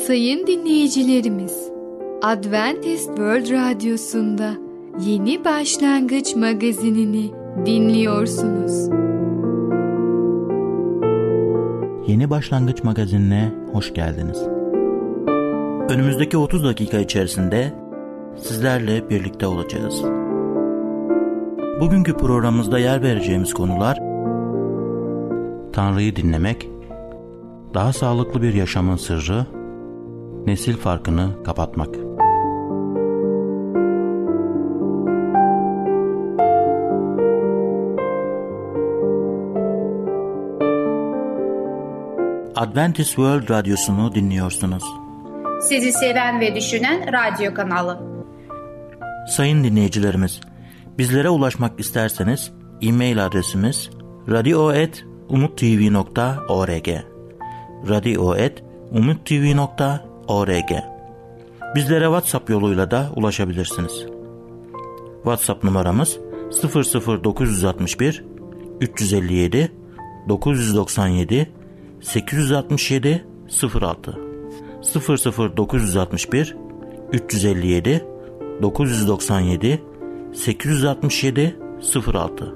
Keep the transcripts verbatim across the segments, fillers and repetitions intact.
Sayın dinleyicilerimiz, Adventist World Radyosu'nda Yeni Başlangıç Magazinini dinliyorsunuz. Yeni Başlangıç Magazinine hoş geldiniz. Önümüzdeki otuz dakika içerisinde sizlerle birlikte olacağız. Bugünkü programımızda yer vereceğimiz konular: Tanrı'yı dinlemek, daha sağlıklı bir yaşamın sırrı, nesil farkını kapatmak. Adventist World Radyosu'nu dinliyorsunuz. Sizi seven ve düşünen radyo kanalı. Sayın dinleyicilerimiz, bizlere ulaşmak isterseniz e-mail adresimiz radio et umuttv nokta org radio et umuttv nokta org. Bizlere WhatsApp yoluyla da ulaşabilirsiniz. WhatsApp numaramız sıfır sıfır dokuz altı bir üç yüz elli yedi dokuz yüz doksan yedi sekiz yüz altmış yedi sıfır altı sıfır sıfır dokuz altı bir üç yüz elli yedi dokuz yüz doksan yedi sekiz yüz altmış yedi sıfır altı.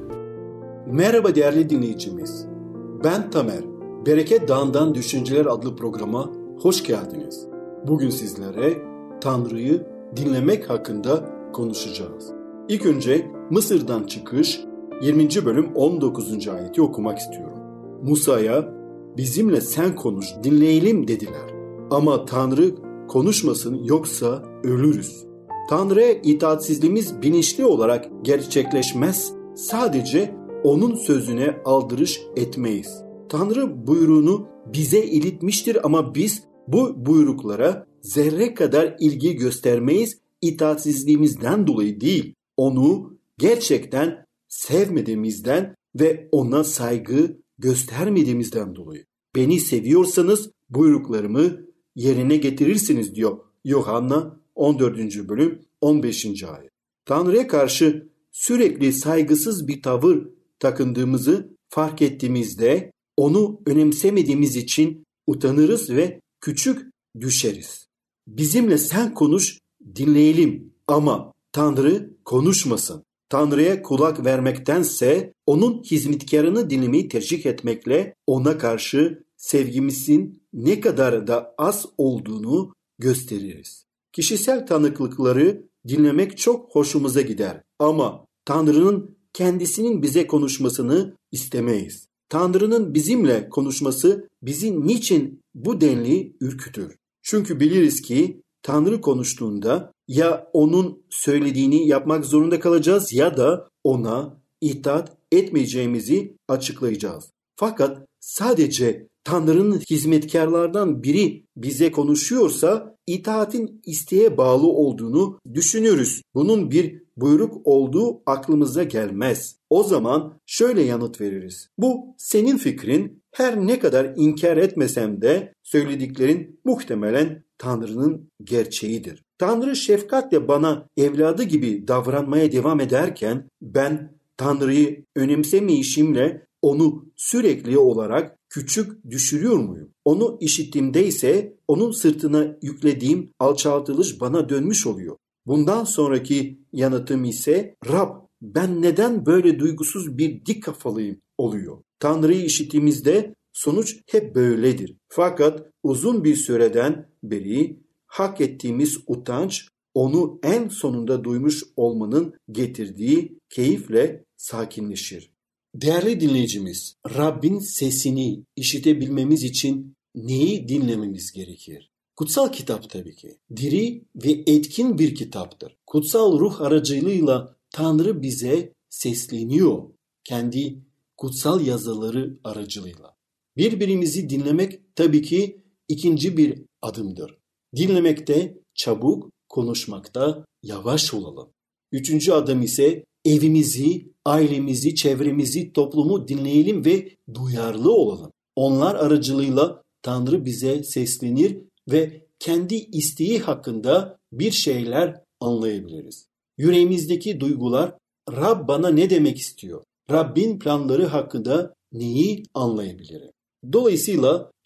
Merhaba değerli dinleyicimiz. Ben Tamer. Bereket Dağı'ndan Düşünceler adlı programa hoş geldiniz. Bugün sizlere Tanrı'yı dinlemek hakkında konuşacağız. İlk önce Mısır'dan çıkış yirminci bölüm on dokuzuncu ayeti okumak istiyorum. Musa'ya bizimle sen konuş, dinleyelim dediler. Ama Tanrı konuşmasın, yoksa ölürüz. Tanrı'ya itaatsizliğimiz bilinçli olarak gerçekleşmez, sadece onun sözüne aldırış etmeyiz. Tanrı buyruğunu bize iletmiştir ama biz bu buyruklara zerre kadar ilgi göstermeyiz, itaatsizliğimizden dolayı değil, onu gerçekten sevmediğimizden ve ona saygı göstermediğimizden dolayı. Beni seviyorsanız buyruklarımı yerine getirirsiniz diyor Yuhanna on dördüncü bölüm on beşinci ayet. Tanrı'ya karşı sürekli saygısız bir tavır takındığımızı fark ettiğimizde onu önemsemediğimiz için utanırız ve küçük düşeriz. Bizimle sen konuş, dinleyelim ama Tanrı konuşmasın. Tanrı'ya kulak vermektense onun hizmetkarını dinlemeyi tercih etmekle ona karşı sevgimizin ne kadar da az olduğunu gösteririz. Kişisel tanıklıkları dinlemek çok hoşumuza gider ama Tanrı'nın kendisinin bize konuşmasını istemeyiz. Tanrı'nın bizimle konuşması bizi niçin bu denli ürkütür? Çünkü biliriz ki Tanrı konuştuğunda ya onun söylediğini yapmak zorunda kalacağız ya da ona itaat etmeyeceğimizi açıklayacağız. Fakat sadece Tanrı'nın hizmetkarlardan biri bize konuşuyorsa itaatin isteğe bağlı olduğunu düşünürüz. Bunun bir buyruk olduğu aklımıza gelmez. O zaman şöyle yanıt veririz. Bu senin fikrin, her ne kadar inkar etmesem de söylediklerin muhtemelen Tanrı'nın gerçeğidir. Tanrı şefkatle bana evladı gibi davranmaya devam ederken ben Tanrı'yı önemsemeyişimle onu sürekli olarak küçük düşürüyor muyum? Onu işittiğimde ise onun sırtına yüklediğim alçaltılış bana dönmüş oluyor. Bundan sonraki yanıtım ise Rab, ben neden böyle duygusuz bir dik kafalıyım oluyor. Tanrı'yı işittiğimizde sonuç hep böyledir. Fakat uzun bir süreden beri hak ettiğimiz utanç onu en sonunda duymuş olmanın getirdiği keyifle sakinleşir. Değerli dinleyicimiz, Rabbin sesini işitebilmemiz için neyi dinlememiz gerekir? Kutsal kitap tabii ki. Diri ve etkin bir kitaptır. Kutsal ruh aracılığıyla Tanrı bize sesleniyor. Kendi kutsal yazıları aracılığıyla. Birbirimizi dinlemek tabii ki ikinci bir adımdır. Dinlemekte çabuk, konuşmakta yavaş olalım. Üçüncü adım ise evimizi, ailemizi, çevremizi, toplumu dinleyelim ve duyarlı olalım. Onlar aracılığıyla Tanrı bize seslenir ve kendi isteği hakkında bir şeyler anlayabiliriz. Yüreğimizdeki duygular, Rab bana ne demek istiyor? Rabbin planları hakkında neyi anlayabilirim? Dolayısıyla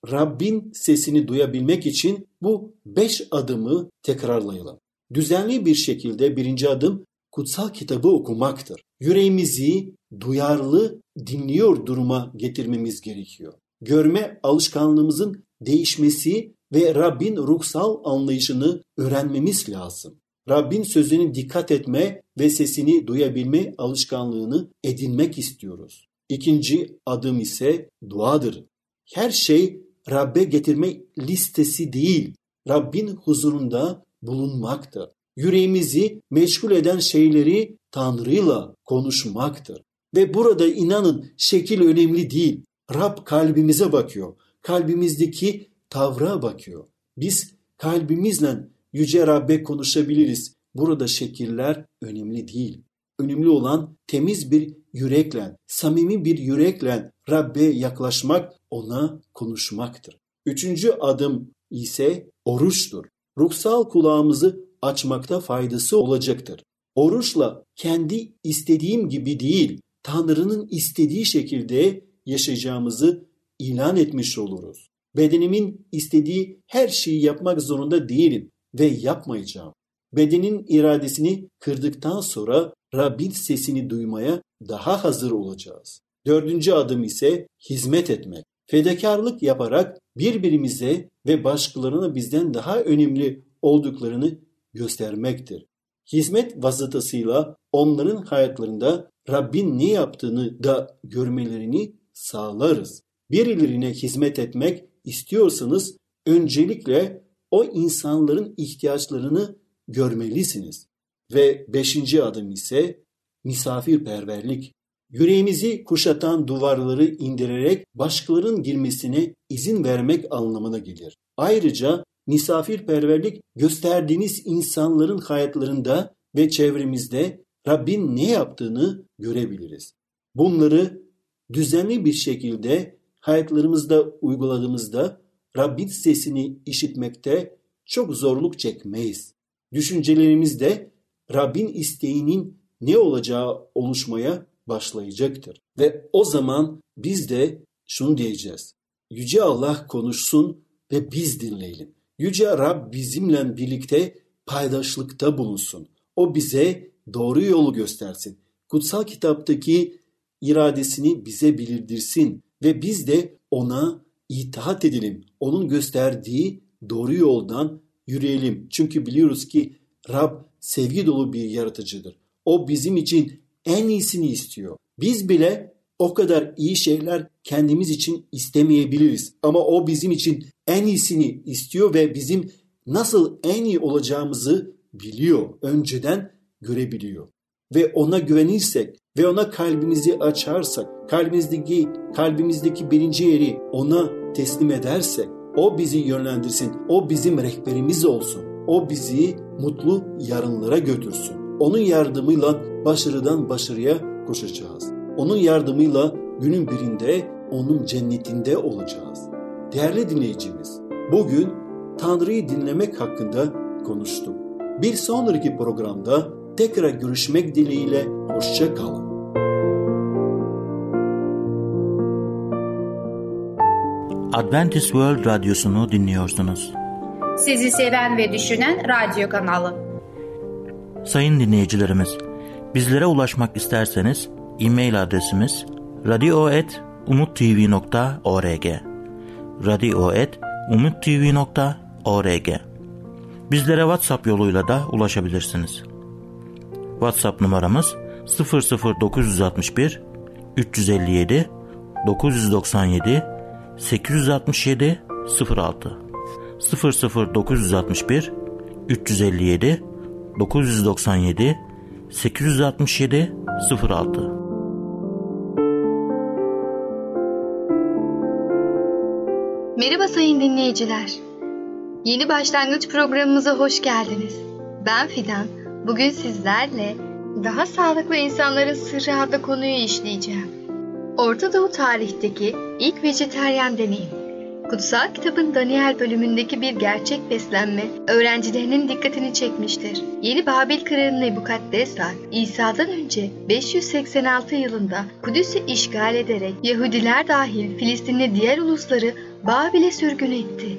Rabbin sesini duyabilmek için bu beş adımı tekrarlayalım. Düzenli bir şekilde birinci adım kutsal kitabı okumaktır. Yüreğimizi duyarlı, dinliyor duruma getirmemiz gerekiyor. Görme alışkanlığımızın değişmesi ve Rabbin ruhsal anlayışını öğrenmemiz lazım. Rabbin sözüne dikkat etme ve sesini duyabilme alışkanlığını edinmek istiyoruz. İkinci adım ise duadır. Her şey Rabbe getirme listesi değil, Rabbin huzurunda bulunmaktır. Yüreğimizi meşgul eden şeyleri Tanrı'yla konuşmaktır. Ve burada inanın şekil önemli değil. Rab kalbimize bakıyor. Kalbimizdeki tavra bakıyor. Biz kalbimizle Yüce Rabbe konuşabiliriz. Burada şekiller önemli değil. Önemli olan temiz bir yürekle, samimi bir yürekle Rabbe yaklaşmak, ona konuşmaktır. Üçüncü adım ise oruçtur. Ruhsal kulağımızı açmakta faydası olacaktır. Oruçla kendi istediğim gibi değil, Tanrı'nın istediği şekilde yaşayacağımızı ilan etmiş oluruz. Bedenimin istediği her şeyi yapmak zorunda değilim ve yapmayacağım. Bedenin iradesini kırdıktan sonra Rabbin sesini duymaya daha hazır olacağız. Dördüncü adım ise hizmet etmek. Fedakarlık yaparak birbirimize ve başkalarına bizden daha önemli olduklarını göstermektir. Hizmet vasıtasıyla onların hayatlarında Rabbin ne yaptığını da görmelerini sağlarız. Birilerine hizmet etmek istiyorsanız öncelikle o insanların ihtiyaçlarını görmelisiniz. Ve beşinci adım ise misafirperverlik. Yüreğimizi kuşatan duvarları indirerek başkalarının girmesine izin vermek anlamına gelir. Ayrıca misafirperverlik gösterdiğiniz insanların hayatlarında ve çevremizde Rabbin ne yaptığını görebiliriz. Bunları düzenli bir şekilde hayatlarımızda uyguladığımızda Rabbin sesini işitmekte çok zorluk çekmeyiz. Düşüncelerimizde Rabbin isteğinin ne olacağı oluşmaya başlayacaktır. Ve o zaman biz de şunu diyeceğiz. Yüce Allah konuşsun ve biz dinleyelim. Yüce Rab bizimle birlikte paydaşlıkta bulunsun. O bize doğru yolu göstersin. Kutsal kitaptaki iradesini bize bildirsin ve biz de ona itaat edelim. Onun gösterdiği doğru yoldan yürüyelim. Çünkü biliyoruz ki Rab sevgi dolu bir yaratıcıdır. O bizim için en iyisini istiyor. Biz bile o kadar iyi şeyler kendimiz için istemeyebiliriz. Ama o bizim için en iyisini istiyor ve bizim nasıl en iyi olacağımızı biliyor. Önceden görebiliyor. Ve ona güvenirsek ve ona kalbimizi açarsak, kalbimizdeki kalbimizdeki birinci yeri ona teslim edersek, o bizi yönlendirsin. O bizim rehberimiz olsun. O bizi mutlu yarınlara götürsün. Onun yardımıyla başarıdan başarıya koşacağız. Onun yardımıyla günün birinde onun cennetinde olacağız. Değerli dinleyicimiz, bugün Tanrı'yı dinlemek hakkında konuştuk. Bir sonraki programda tekrar görüşmek dileğiyle hoşça kalın. Adventist World Radyosu'nu dinliyorsunuz. Sizi seven ve düşünen radyo kanalı. Sayın dinleyicilerimiz, bizlere ulaşmak isterseniz e-mail adresimiz radio et umuttv nokta org radio et umuttv nokta org. Bizlere WhatsApp yoluyla da ulaşabilirsiniz. WhatsApp numaramız sıfır sıfır dokuz altı bir üç yüz elli yedi dokuz doksan yedi sekiz yüz altmış yedi sıfır altı sıfır sıfır dokuz altı bir üç yüz elli yedi dokuz doksan yedi sekiz yüz altmış yedi sıfır altı. Merhaba sayın dinleyiciler. Yeni başlangıç programımıza hoş geldiniz. Ben Fidan. Bugün sizlerle daha sağlıklı insanların sırrı adlı konuyu işleyeceğim. Orta Doğu tarihteki ilk vejetaryen deneyim. Kutsal kitabın Daniel bölümündeki bir gerçek beslenme öğrencilerinin dikkatini çekmiştir. Yeni Babil kralı Nebukadnesar, İsa'dan önce beş yüz seksen altı yılında Kudüs'ü işgal ederek Yahudiler dahil Filistinli diğer ulusları Babil'e sürgün etti.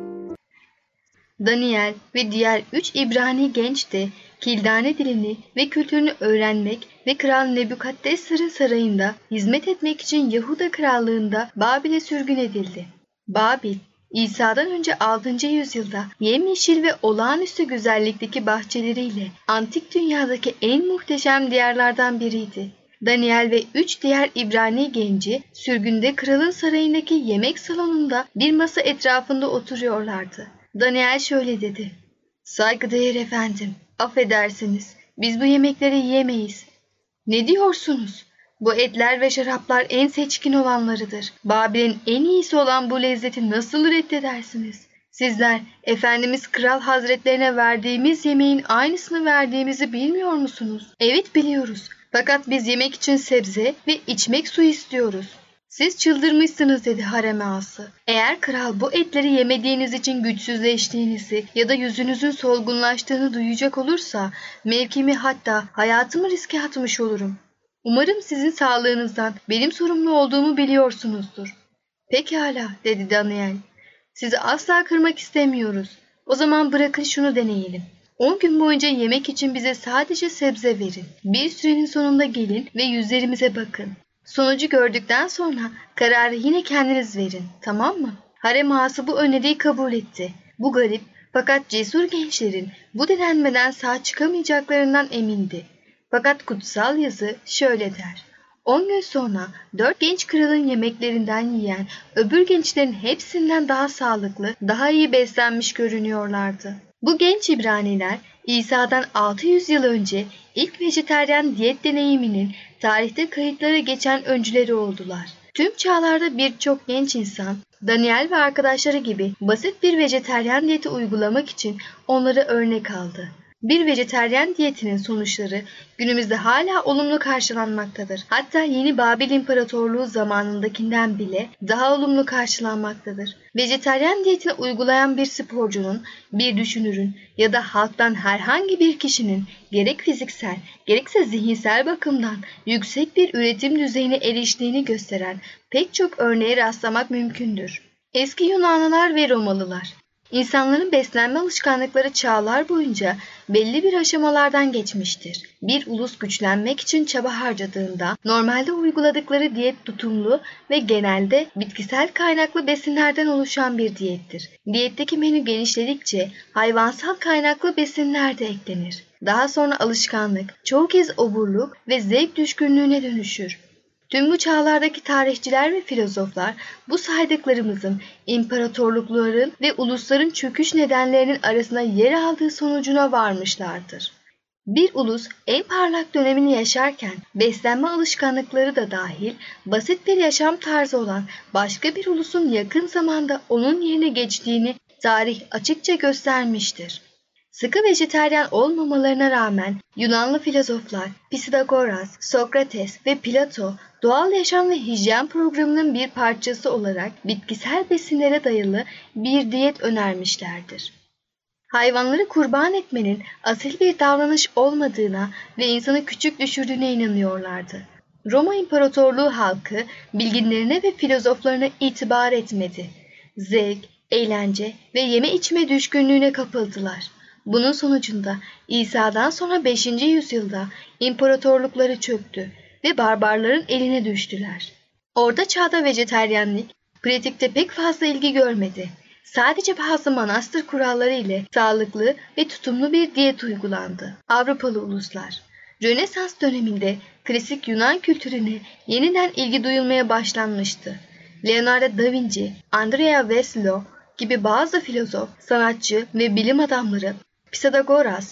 Daniel ve diğer üç İbrani genç de Kildane dilini ve kültürünü öğrenmek ve Kral Nebukadnesar'ın sarayında hizmet etmek için Yahuda krallığında Babil'e sürgün edildi. Babil, İsa'dan önce altıncı yüzyılda yemyeşil ve olağanüstü güzellikteki bahçeleriyle antik dünyadaki en muhteşem diyarlardan biriydi. Daniel ve üç diğer İbrani genci sürgünde kralın sarayındaki yemek salonunda bir masa etrafında oturuyorlardı. Daniel şöyle dedi: "Saygıdeğer efendim, affedersiniz, biz bu yemekleri yiyemeyiz." "Ne diyorsunuz? Bu etler ve şaraplar en seçkin olanlarıdır. Babil'in en iyisi olan bu lezzeti nasıl reddedersiniz? Sizler Efendimiz Kral Hazretlerine verdiğimiz yemeğin aynısını verdiğimizi bilmiyor musunuz?" "Evet, biliyoruz. Fakat biz yemek için sebze ve içmek su istiyoruz." "Siz çıldırmışsınız," dedi harem ağası. "Eğer kral bu etleri yemediğiniz için güçsüzleştiğinizi ya da yüzünüzün solgunlaştığını duyacak olursa mevkimi, hatta hayatımı riske atmış olurum. Umarım sizin sağlığınızdan benim sorumlu olduğumu biliyorsunuzdur." "Pekala," dedi Daniel. "Sizi asla kırmak istemiyoruz. O zaman bırakın şunu deneyelim. On gün boyunca yemek için bize sadece sebze verin. Bir sürenin sonunda gelin ve yüzlerimize bakın. Sonucu gördükten sonra kararı yine kendiniz verin, tamam mı?" Harem ağası bu öneriyi kabul etti. Bu garip fakat cesur gençlerin bu denenmeden sağ çıkamayacaklarından emindi. Fakat kutsal yazı şöyle der: On gün sonra dört genç kralın yemeklerinden yiyen öbür gençlerin hepsinden daha sağlıklı, daha iyi beslenmiş görünüyorlardı. Bu genç İbraniler İsa'dan altı yüz yıl önce ilk vejetaryen diyet deneyiminin tarihte kayıtlara geçen öncüleri oldular. Tüm çağlarda birçok genç insan Daniel ve arkadaşları gibi basit bir vejetaryen diyeti uygulamak için onlara örnek aldı. Bir vejetaryen diyetinin sonuçları günümüzde hala olumlu karşılanmaktadır. Hatta yeni Babil İmparatorluğu zamanındakinden bile daha olumlu karşılanmaktadır. Vejetaryen diyetini uygulayan bir sporcunun, bir düşünürün ya da halktan herhangi bir kişinin gerek fiziksel gerekse zihinsel bakımdan yüksek bir üretim düzeyine eriştiğini gösteren pek çok örneğe rastlamak mümkündür. Eski Yunanlılar ve Romalılar, İnsanların beslenme alışkanlıkları çağlar boyunca belli bir aşamalardan geçmiştir. Bir ulus güçlenmek için çaba harcadığında normalde uyguladıkları diyet tutumlu ve genelde bitkisel kaynaklı besinlerden oluşan bir diyettir. Diyetteki menü genişledikçe hayvansal kaynaklı besinler de eklenir. Daha sonra alışkanlık çoğu kez oburluk ve zevk düşkünlüğüne dönüşür. Tüm bu çağlardaki tarihçiler ve filozoflar bu saydıklarımızın imparatorlukların ve ulusların çöküş nedenlerinin arasında yer aldığı sonucuna varmışlardır. Bir ulus en parlak dönemini yaşarken beslenme alışkanlıkları da dahil basit bir yaşam tarzı olan başka bir ulusun yakın zamanda onun yerine geçtiğini tarih açıkça göstermiştir. Sıkı vejetaryen olmamalarına rağmen Yunanlı filozoflar Pitagoras, Sokrates ve Plato doğal yaşam ve hijyen programının bir parçası olarak bitkisel besinlere dayalı bir diyet önermişlerdir. Hayvanları kurban etmenin asil bir davranış olmadığına ve insanı küçük düşürdüğüne inanıyorlardı. Roma İmparatorluğu halkı bilginlerine ve filozoflarına itibar etmedi. Zevk, eğlence ve yeme içme düşkünlüğüne kapıldılar. Bunun sonucunda İsa'dan sonra beşinci yüzyılda imparatorlukları çöktü ve barbarların eline düştüler. Orta çağda vejetaryenlik pratikte pek fazla ilgi görmedi. Sadece bazı manastır kuralları ile sağlıklı ve tutumlu bir diyet uygulandı. Avrupalı uluslar Rönesans döneminde klasik Yunan kültürüne yeniden ilgi duyulmaya başlanmıştı. Leonardo da Vinci, Andrea Veslo gibi bazı filozof, sanatçı ve bilim adamları Pitagoras,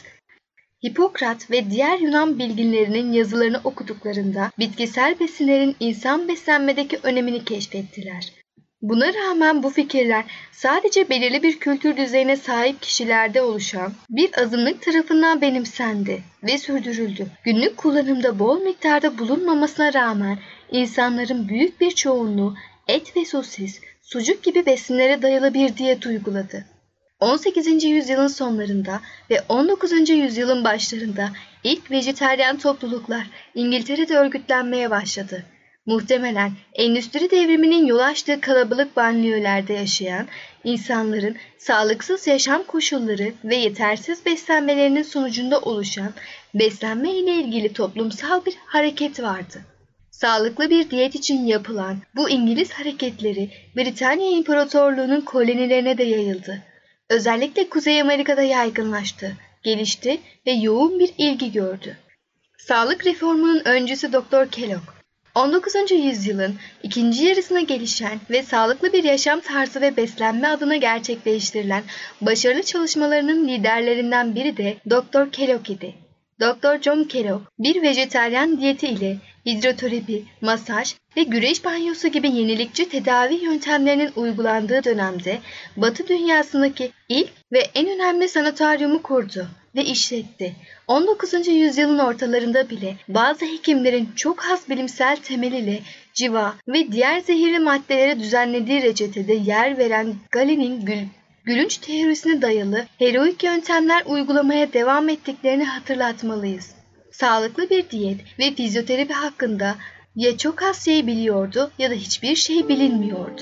Hipokrat ve diğer Yunan bilginlerinin yazılarını okuduklarında bitkisel besinlerin insan beslenmedeki önemini keşfettiler. Buna rağmen bu fikirler sadece belirli bir kültür düzeyine sahip kişilerde oluşan bir azınlık tarafından benimsendi ve sürdürüldü. Günlük kullanımda bol miktarda bulunmamasına rağmen insanların büyük bir çoğunluğu et ve sosis, sucuk gibi besinlere dayalı bir diyet uyguladı. on sekizinci yüzyılın sonlarında ve on dokuzuncu yüzyılın başlarında ilk vejetaryen topluluklar İngiltere'de örgütlenmeye başladı. Muhtemelen endüstri devriminin yol açtığı kalabalık banliyölerde yaşayan insanların sağlıksız yaşam koşulları ve yetersiz beslenmelerinin sonucunda oluşan beslenme ile ilgili toplumsal bir hareket vardı. Sağlıklı bir diyet için yapılan bu İngiliz hareketleri Britanya İmparatorluğu'nun kolonilerine de yayıldı. Özellikle Kuzey Amerika'da yaygınlaştı, gelişti ve yoğun bir ilgi gördü. Sağlık reformunun öncüsü Doktor Kellogg, on dokuzuncu yüzyılın ikinci yarısına gelişen ve sağlıklı bir yaşam tarzı ve beslenme adına gerçekleştirilen başarılı çalışmalarının liderlerinden biri de Doktor Kellogg idi. Doktor John Kellogg, bir vejetaryen diyeti ile hidroterapi, masaj ve güreş banyosu gibi yenilikçi tedavi yöntemlerinin uygulandığı dönemde Batı dünyasındaki ilk ve en önemli sanatoryumu kurdu ve işletti. on dokuzuncu yüzyılın ortalarında bile bazı hekimlerin çok az bilimsel temel ile civa ve diğer zehirli maddelere düzenlediği reçetede yer veren Galen'in gül Gülünç teorisine dayalı heroik yöntemler uygulamaya devam ettiklerini hatırlatmalıyız. Sağlıklı bir diyet ve fizyoterapi hakkında ya çok az şey biliyordu ya da hiçbir şey bilinmiyordu.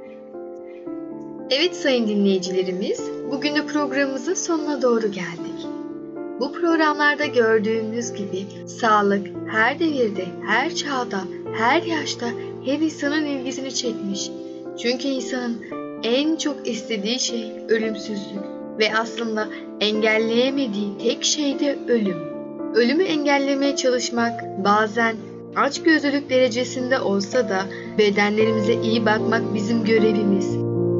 Evet sayın dinleyicilerimiz, bugün de programımızın sonuna doğru geldik. Bu programlarda gördüğümüz gibi sağlık her devirde, her çağda, her yaşta her insanın ilgisini çekmiş. Çünkü insanın en çok istediği şey ölümsüzlük ve aslında engelleyemediği tek şey de ölüm. Ölümü engellemeye çalışmak bazen açgözlülük derecesinde olsa da bedenlerimize iyi bakmak bizim görevimiz.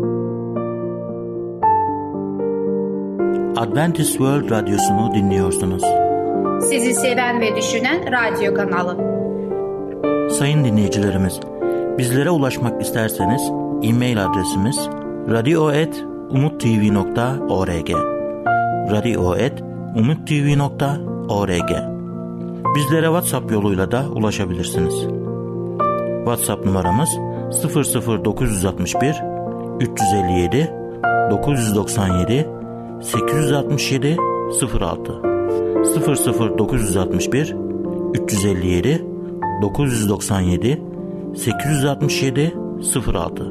Adventist World Radyosu'nu dinliyorsunuz. Sizi seven ve düşünen radyo kanalı. Sayın dinleyicilerimiz, bizlere ulaşmak isterseniz e-mail adresimiz radio et umut tv nokta org radio et umut tv nokta org. Bizlere WhatsApp yoluyla da ulaşabilirsiniz. WhatsApp numaramız sıfır sıfır dokuz altı bir üç yüz elli yedi dokuz doksan yedi sekiz altı yedi sıfır altı sıfır sıfır dokuz altı bir üç yüz elli yedi dokuz doksan yedi sekiz altı yedi sıfır altı.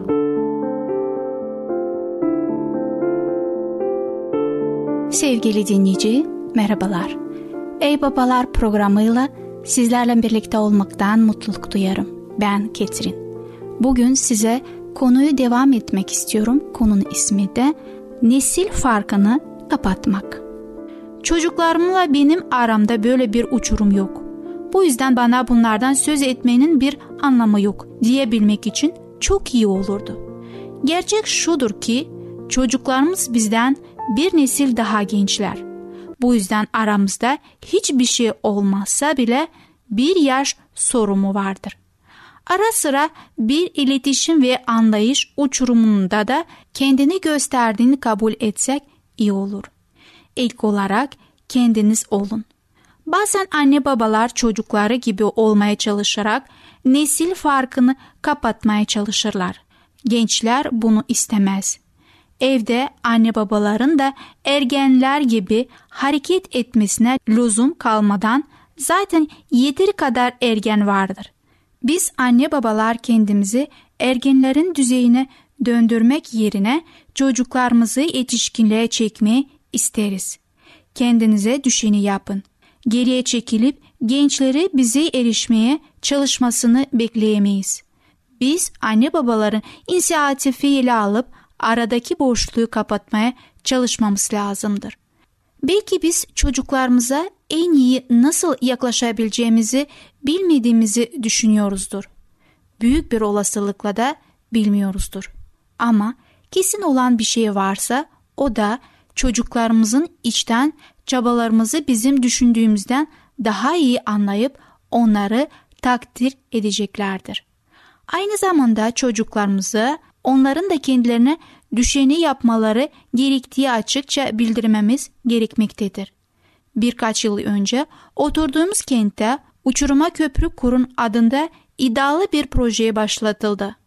Sevgili dinleyici, merhabalar. Ey Babalar programıyla sizlerle birlikte olmaktan mutluluk duyarım. Ben Ketrin. Bugün size konuyu devam etmek istiyorum. Konunun ismi de nesil farkını kapatmak. Çocuklarımla benim aramda böyle bir uçurum yok. Bu yüzden bana bunlardan söz etmenin bir anlamı yok diyebilmek için çok iyi olurdu. Gerçek şudur ki çocuklarımız bizden bir nesil daha gençler. Bu yüzden aramızda hiçbir şey olmazsa bile bir yaş sorunu vardır. Ara sıra bir iletişim ve anlayış uçurumunda da kendini gösterdiğini kabul etsek iyi olur. İlk olarak kendiniz olun. Bazen anne babalar çocukları gibi olmaya çalışarak nesil farkını kapatmaya çalışırlar. Gençler bunu istemez. Evde anne babaların da ergenler gibi hareket etmesine lüzum kalmadan zaten yeteri kadar ergen vardır. Biz anne babalar kendimizi ergenlerin düzeyine döndürmek yerine çocuklarımızı yetişkinliğe çekmeyi isteriz. Kendinize düşeni yapın. Geriye çekilip gençleri bize erişmeye çalışmasını bekleyemeyiz. Biz anne babaların inisiyatifiyle alıp aradaki boşluğu kapatmaya çalışmamız lazımdır. Belki biz çocuklarımıza en iyi nasıl yaklaşabileceğimizi bilmediğimizi düşünüyoruzdur. Büyük bir olasılıkla da bilmiyoruzdur. Ama kesin olan bir şey varsa o da çocuklarımızın içten çabalarımızı bizim düşündüğümüzden daha iyi anlayıp onları takdir edeceklerdir. Aynı zamanda çocuklarımıza onların da kendilerine düşeni yapmaları gerektiği açıkça bildirmemiz gerekmektedir. Birkaç yıl önce oturduğumuz kentte Uçuruma Köprü Kurun adında iddialı bir projeye başlatıldı.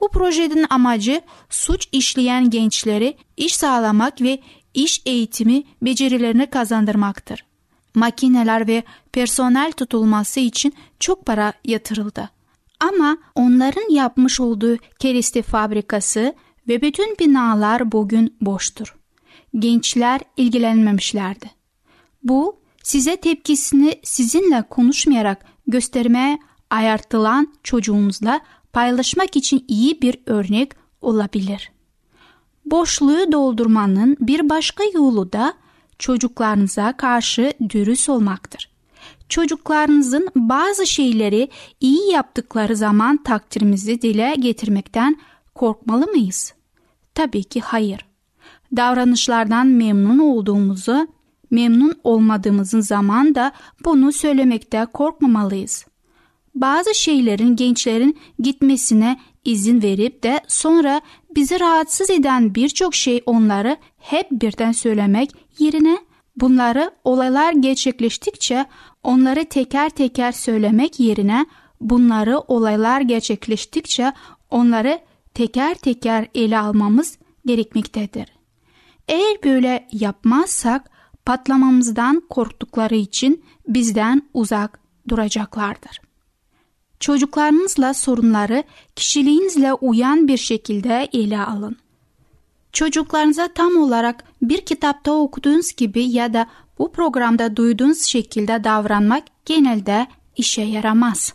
Bu projenin amacı suç işleyen gençleri iş sağlamak ve iş eğitimi becerilerini kazandırmaktır. Makineler ve personel tutulması için çok para yatırıldı. Ama onların yapmış olduğu kereste fabrikası ve bütün binalar bugün boştur. Gençler ilgilenmemişlerdi. Bu size tepkisini sizinle konuşmayarak göstermeye ayartılan çocuğunuzla paylaşmak için iyi bir örnek olabilir. Boşluğu doldurmanın bir başka yolu da çocuklarınıza karşı dürüst olmaktır. Çocuklarınızın bazı şeyleri iyi yaptıkları zaman takdirimizi dile getirmekten korkmalı mıyız? Tabii ki hayır. Davranışlardan memnun olduğumuzu, memnun olmadığımızın zaman da bunu söylemekte korkmamalıyız. Bazı şeylerin gençlerin gitmesine izin verip de sonra bizi rahatsız eden birçok şey onları hep birden söylemek yerine bunları olaylar gerçekleştikçe onları teker teker söylemek yerine bunları olaylar gerçekleştikçe onları teker teker ele almamız gerekmektedir. Eğer böyle yapmazsak patlamamızdan korktukları için bizden uzak duracaklardır. Çocuklarınızla sorunları kişiliğinizle uyan bir şekilde ele alın. Çocuklarınıza tam olarak bir kitapta okuduğunuz gibi ya da bu programda duyduğunuz şekilde davranmak genelde işe yaramaz.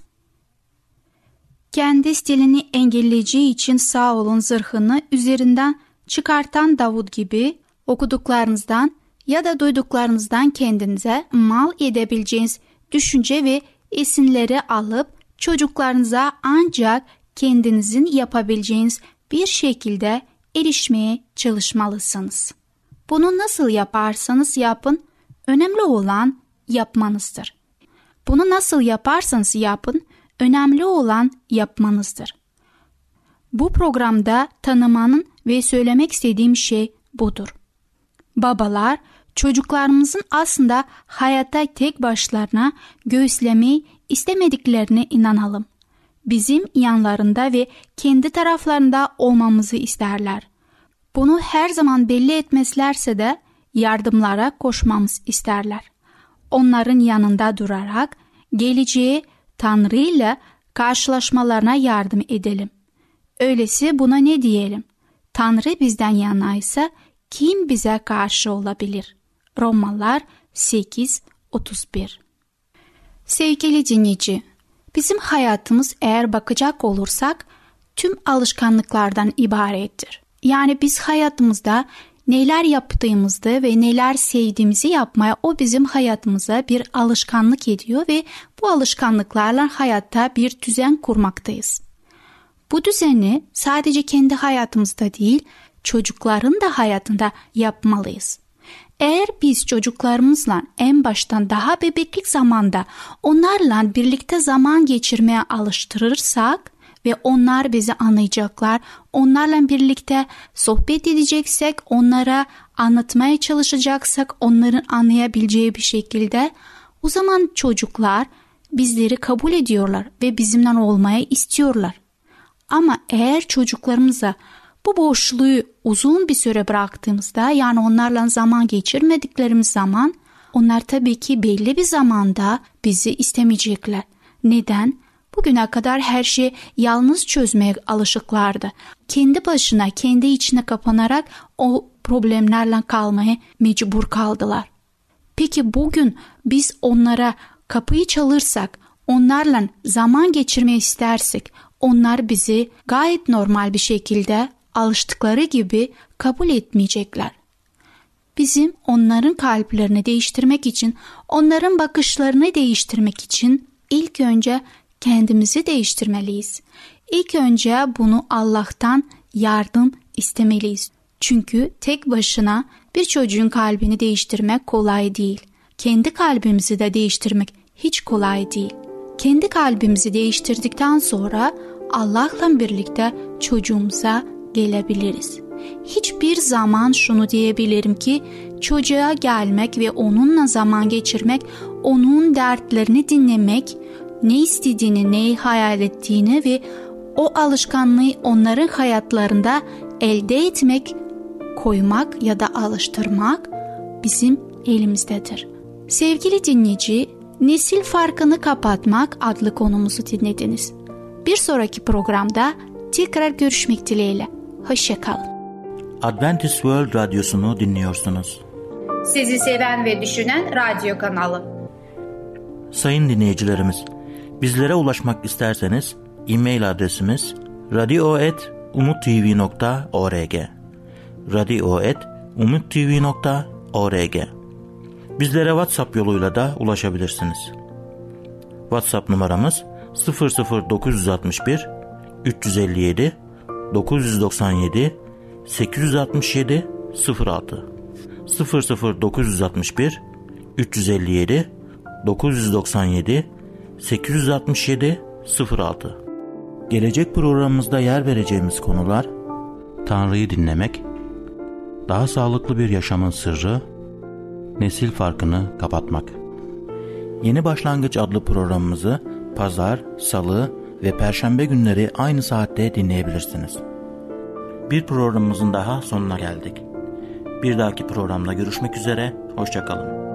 Kendi stilini engelleyeceği için sağ olun zırhını üzerinden çıkartan Davud gibi okuduklarınızdan ya da duyduklarınızdan kendinize mal edebileceğiniz düşünce ve esinleri alıp çocuklarınıza ancak kendinizin yapabileceğiniz bir şekilde erişmeye çalışmalısınız. Bunu nasıl yaparsanız yapın, önemli olan yapmanızdır. Bunu nasıl yaparsanız yapın, önemli olan yapmanızdır. Bu programda tanımanın ve söylemek istediğim şey budur. Babalar, çocuklarımızın aslında hayatta tek başlarına göğüslemeyi istemediklerine inanalım. Bizim yanlarında ve kendi taraflarında olmamızı isterler. Bunu her zaman belli etmezlerse de yardımlara koşmamız isterler. Onların yanında durarak geleceği Tanrı ile karşılaşmalarına yardım edelim. Öyleyse buna ne diyelim? Tanrı bizden yanaysa kim bize karşı olabilir? Romalılar sekiz otuz bir. Sevgili dinleyici, bizim hayatımız eğer bakacak olursak tüm alışkanlıklardan ibarettir. Yani biz hayatımızda neler yaptığımızda ve neler sevdiğimizi yapmaya o bizim hayatımıza bir alışkanlık ediyor ve bu alışkanlıklarla hayatta bir düzen kurmaktayız. Bu düzeni sadece kendi hayatımızda değil, çocukların da hayatında yapmalıyız. Eğer biz çocuklarımızla en baştan daha bebeklik zamanda onlarla birlikte zaman geçirmeye alıştırırsak ve onlar bizi anlayacaklar, onlarla birlikte sohbet edeceksek, onlara anlatmaya çalışacaksak onların anlayabileceği bir şekilde, o zaman çocuklar bizleri kabul ediyorlar ve bizimle olmayı istiyorlar. Ama eğer çocuklarımıza bu boşluğu uzun bir süre bıraktığımızda, yani onlarla zaman geçirmediklerimiz zaman, onlar tabii ki belli bir zamanda bizi istemeyecekler. Neden? Bugüne kadar her şeyi yalnız çözmeye alışıklardı. Kendi başına, kendi içine kapanarak o problemlerle kalmaya mecbur kaldılar. Peki bugün biz onlara kapıyı çalırsak, onlarla zaman geçirmeyi istersek, onlar bizi gayet normal bir şekilde alıştıkları gibi kabul etmeyecekler. Bizim onların kalplerini değiştirmek için, onların bakışlarını değiştirmek için ilk önce kendimizi değiştirmeliyiz. İlk önce bunu Allah'tan yardım istemeliyiz. Çünkü tek başına bir çocuğun kalbini değiştirmek kolay değil. Kendi kalbimizi de değiştirmek hiç kolay değil. Kendi kalbimizi değiştirdikten sonra Allah'la birlikte çocuğumuza gelebiliriz. Hiçbir zaman şunu diyebilirim ki çocuğa gelmek ve onunla zaman geçirmek, onun dertlerini dinlemek, ne istediğini, neyi hayal ettiğini ve o alışkanlığı onların hayatlarında elde etmek, koymak ya da alıştırmak bizim elimizdedir. Sevgili dinleyici, nesil farkını kapatmak adlı konumuzu dinlediniz. Bir sonraki programda tekrar görüşmek dileğiyle. Hoşça kalın. Adventist World Radyosu'nu dinliyorsunuz. Sizi seven ve düşünen radyo kanalı. Sayın dinleyicilerimiz, bizlere ulaşmak isterseniz e-mail adresimiz radio et umuttv nokta org radio et umuttv nokta org. Bizlere WhatsApp yoluyla da ulaşabilirsiniz. WhatsApp numaramız sıfır sıfır dokuz altı bir üç yüz elli yedi dokuz yüz doksan yedi sekiz yüz altmış yedi sıfır altı sıfır sıfır dokuz altı bir üç yüz elli yedi dokuz yüz doksan yedi sekiz yüz altmış yedi sıfır altı. Gelecek programımızda yer vereceğimiz konular: Tanrı'yı dinlemek, daha sağlıklı bir yaşamın sırrı, nesil farkını kapatmak. Yeni Başlangıç adlı programımızı Pazar, Salı ve Perşembe günleri aynı saatte dinleyebilirsiniz. Bir programımızın daha sonuna geldik. Bir dahaki programda görüşmek üzere, hoşça kalın.